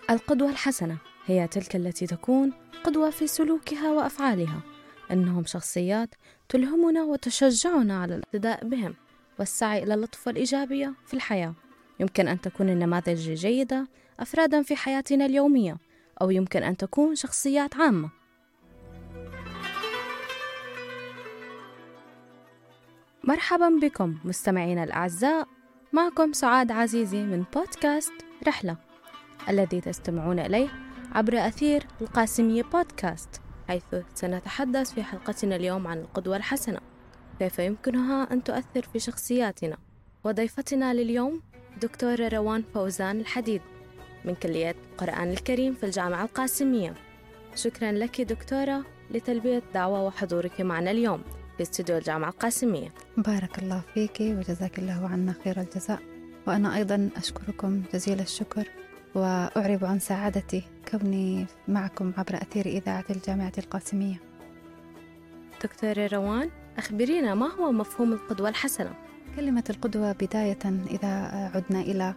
القدوة الحسنة هي تلك التي تكون قدوة في سلوكها وأفعالها، إنهم شخصيات تلهمنا وتشجعنا على الاقتداء بهم والسعي إلى اللطف والإيجابية في الحياة. يمكن أن تكون النماذج الجيدة أفرادا في حياتنا اليومية، أو يمكن أن تكون شخصيات عامة. مرحبا بكم مستمعينا الأعزاء، معكم سعاد عزيزي من بودكاست رحلة، الذي تستمعون إليه عبر أثير القاسمية بودكاست، حيث سنتحدث في حلقتنا اليوم عن القدوة الحسنة، كيف يمكنها أن تؤثر في شخصياتنا. وضيفتنا لليوم دكتورة روان فوزان الحديد من كلية القرآن الكريم في الجامعة القاسمية. شكرا لك دكتورة لتلبية دعوة وحضورك معنا اليوم في استوديو الجامعة القاسمية. بارك الله فيك وجزاك الله عنا خير الجزاء، وأنا أيضا أشكركم جزيل الشكر وأعرب عن سعادتي كوني معكم عبر أثير إذاعة الجامعة القاسمية. دكتورة روان، أخبرينا ما هو مفهوم القدوة الحسنة؟ كلمة القدوة بداية إذا عدنا إلى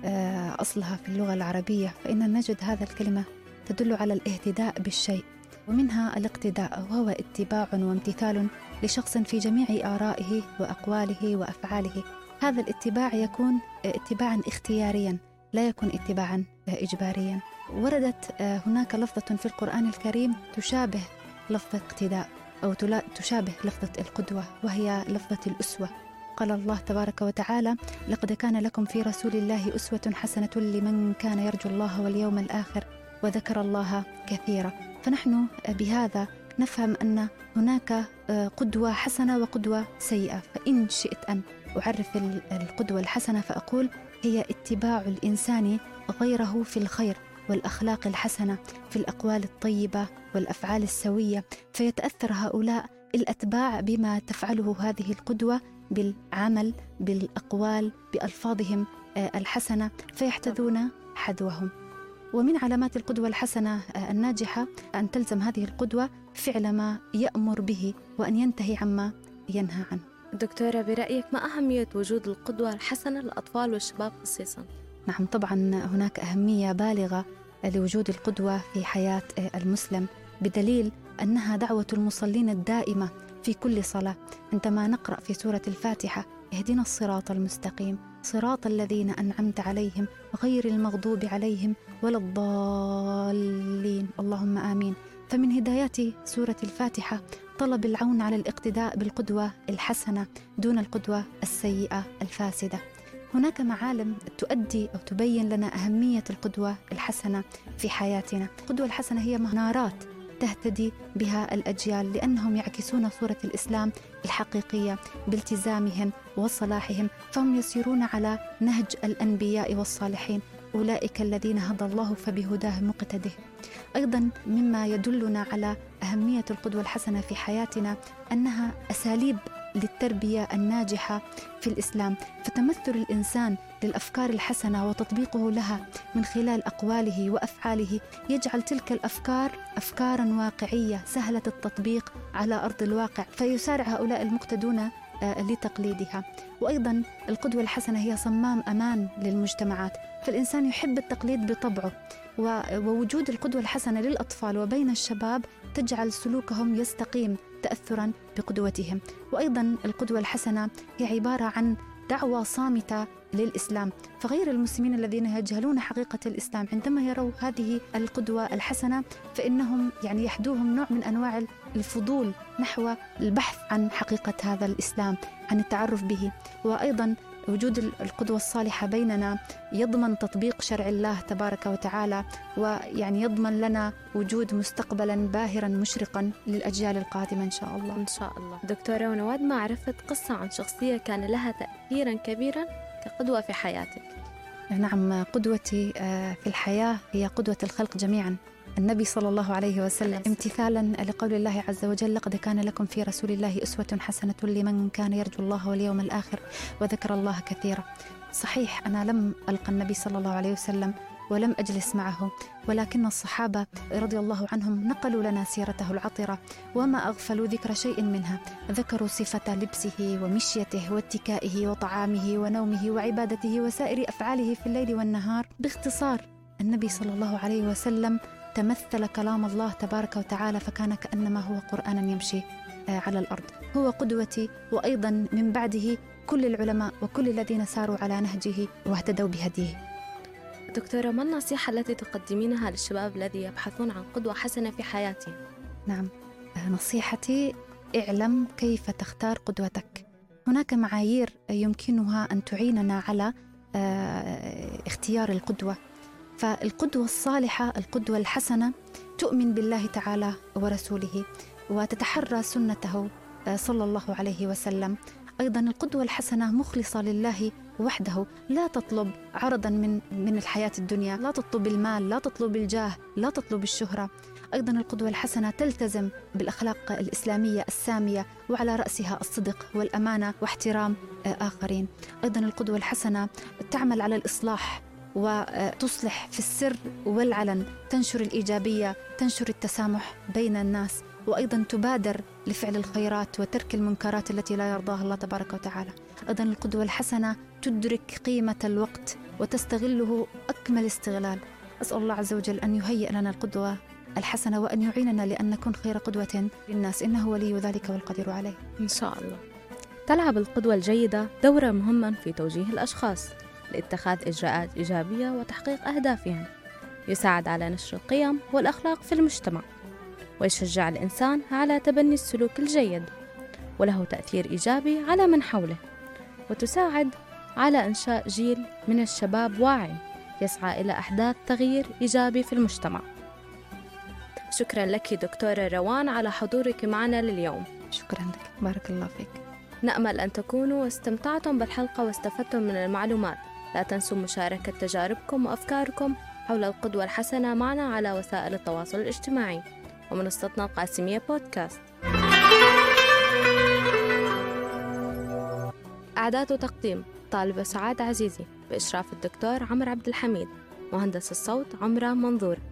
أصلها في اللغة العربية، فإن نجد هذا الكلمة تدل على الاهتداء بالشيء، ومنها الاقتداء، وهو اتباع وامتثال لشخص في جميع آرائه وأقواله وأفعاله. هذا الاتباع يكون اتباعا اختياريا، لا يكون اتباعا إجباريا. وردت هناك لفظة في القرآن الكريم تشابه لفظة اقتداء أو تشابه لفظة القدوة، وهي لفظة الأسوة. قال الله تبارك وتعالى: لقد كان لكم في رسول الله أسوة حسنة لمن كان يرجو الله واليوم الآخر وذكر الله كثيرا. فنحن بهذا نفهم أن هناك قدوة حسنة وقدوة سيئة. فإن شئت أن أعرف القدوة الحسنة فأقول هي اتباع الإنسان غيره في الخير والأخلاق الحسنة، في الأقوال الطيبة والأفعال السوية، فيتأثر هؤلاء الأتباع بما تفعله هذه القدوة بالعمل، بالأقوال، بألفاظهم الحسنة، فيحتذون حذوهم. ومن علامات القدوة الحسنة الناجحة أن تلزم هذه القدوة فعل ما يأمر به وأن ينتهي عما ينهى عنه. دكتورة، برأيك ما أهمية وجود القدوة الحسنة للأطفال والشباب خصيصا؟ نعم، طبعا هناك أهمية بالغة لوجود القدوة في حياة المسلم، بدليل أنها دعوة المصلين الدائمة في كل صلاة. عندما نقرأ في سورة الفاتحة: اهدنا الصراط المستقيم صراط الذين أنعمت عليهم غير المغضوب عليهم ولا الضالين، اللهم آمين. فمن هدايات سورة الفاتحة طلب العون على الاقتداء بالقدوة الحسنة دون القدوة السيئة الفاسدة. هناك معالم تؤدي أو تبين لنا أهمية القدوة الحسنة في حياتنا. القدوة الحسنة هي منارات تهتدي بها الأجيال، لأنهم يعكسون صورة الإسلام الحقيقية بالتزامهم وصلاحهم، فهم يسيرون على نهج الأنبياء والصالحين، أولئك الذين هدى الله فبهداه مقتده. أيضا مما يدلنا على أهمية القدوة الحسنة في حياتنا أنها أساليب للتربية الناجحة في الإسلام، فتمثل الإنسان للأفكار الحسنة وتطبيقه لها من خلال أقواله وأفعاله يجعل تلك الأفكار أفكارا واقعية سهلة التطبيق على أرض الواقع، فيسارع هؤلاء المقتدون لتقليدها. وأيضا القدوة الحسنة هي صمام أمان للمجتمعات، فالإنسان يحب التقليد بطبعه، ووجود القدوة الحسنة للأطفال وبين الشباب تجعل سلوكهم يستقيم تأثرا بقدوتهم. وأيضا القدوة الحسنة هي عبارة عن دعوة صامتة للإسلام، فغير المسلمين الذين يجهلون حقيقة الإسلام عندما يروا هذه القدوة الحسنة فإنهم يحدوهم نوع من أنواع الفضول نحو البحث عن حقيقة هذا الإسلام، عن التعرف به. وأيضا وجود القدوة الصالحة بيننا يضمن تطبيق شرع الله تبارك وتعالى، يضمن لنا وجود مستقبلا باهرا مشرقا للأجيال القادمة إن شاء الله. إن شاء الله. دكتورة، ونود ما عرفت قصة عن شخصية كان لها تأثيرا كبيرا كقدوة في حياتك. نعم، قدوتي في الحياة هي قدوة الخلق جميعا، النبي صلى الله عليه وسلم، امتثالا لقول الله عز وجل: لقد كان لكم في رسول الله أسوة حسنة لمن كان يرجو الله واليوم الآخر وذكر الله كثيرا. صحيح أنا لم ألقى النبي صلى الله عليه وسلم ولم أجلس معه، ولكن الصحابة رضي الله عنهم نقلوا لنا سيرته العطرة وما أغفلوا ذكر شيء منها. ذكروا صفة لبسه ومشيته واتكائه وطعامه ونومه وعبادته وسائر أفعاله في الليل والنهار باختصار، النبي صلى الله عليه وسلم تمثل كلام الله تبارك وتعالى فكان كأنما هو قرآن يمشي على الأرض. هو قدوتي، وأيضا من بعده كل العلماء وكل الذين ساروا على نهجه واهتدوا بهديه. دكتورة، ما النصيحة التي تقدمينها للشباب الذي يبحثون عن قدوة حسنة في حياتهم؟ نعم، نصيحتي: اعلم كيف تختار قدوتك. هناك معايير يمكنها أن تعيننا على اختيار القدوة. فالقدوة الصالحة، القدوة الحسنة، تؤمن بالله تعالى ورسوله وتتحرى سنته صلى الله عليه وسلم. أيضا القدوة الحسنة مخلصة لله وحده، لا تطلب عرضا من الحياة الدنيا، لا تطلب المال، لا تطلب الجاه، لا تطلب الشهرة. أيضا القدوة الحسنة تلتزم بالأخلاق الإسلامية السامية، وعلى رأسها الصدق والأمانة واحترام آخرين. أيضا القدوة الحسنة تعمل على الإصلاح وتصلح في السر والعلن، تنشر الإيجابية، تنشر التسامح بين الناس، وأيضا تبادر لفعل الخيرات وترك المنكرات التي لا يرضاها الله تبارك وتعالى. أيضا القدوة الحسنة تدرك قيمة الوقت وتستغله أكمل استغلال. أسأل الله عز وجل أن يهيئ لنا القدوة الحسنة وأن يعيننا لأن نكون خير قدوة للناس، إنه ولي ذلك والقدير عليه إن شاء الله. تلعب القدوة الجيدة دورا مهما في توجيه الأشخاص لاتخاذ إجراءات إيجابية وتحقيق أهدافهم، يساعد على نشر القيم والأخلاق في المجتمع، ويشجع الإنسان على تبني السلوك الجيد، وله تأثير إيجابي على من حوله، وتساعد على إنشاء جيل من الشباب واعي يسعى إلى أحداث تغيير إيجابي في المجتمع. شكرا لك دكتورة روان على حضورك معنا لليوم. شكرا لك، بارك الله فيك. نأمل أن تكونوا استمتعتم بالحلقة واستفدتم من المعلومات. لا تنسوا مشاركة تجاربكم وأفكاركم حول القدوة الحسنة معنا على وسائل التواصل الاجتماعي ومنصتنا القاسمية بودكاست. إعداد وتقديم طالبة سعاد عزيزي بإشراف الدكتور عمرو عبد الحميد، مهندس الصوت عمرة منظور.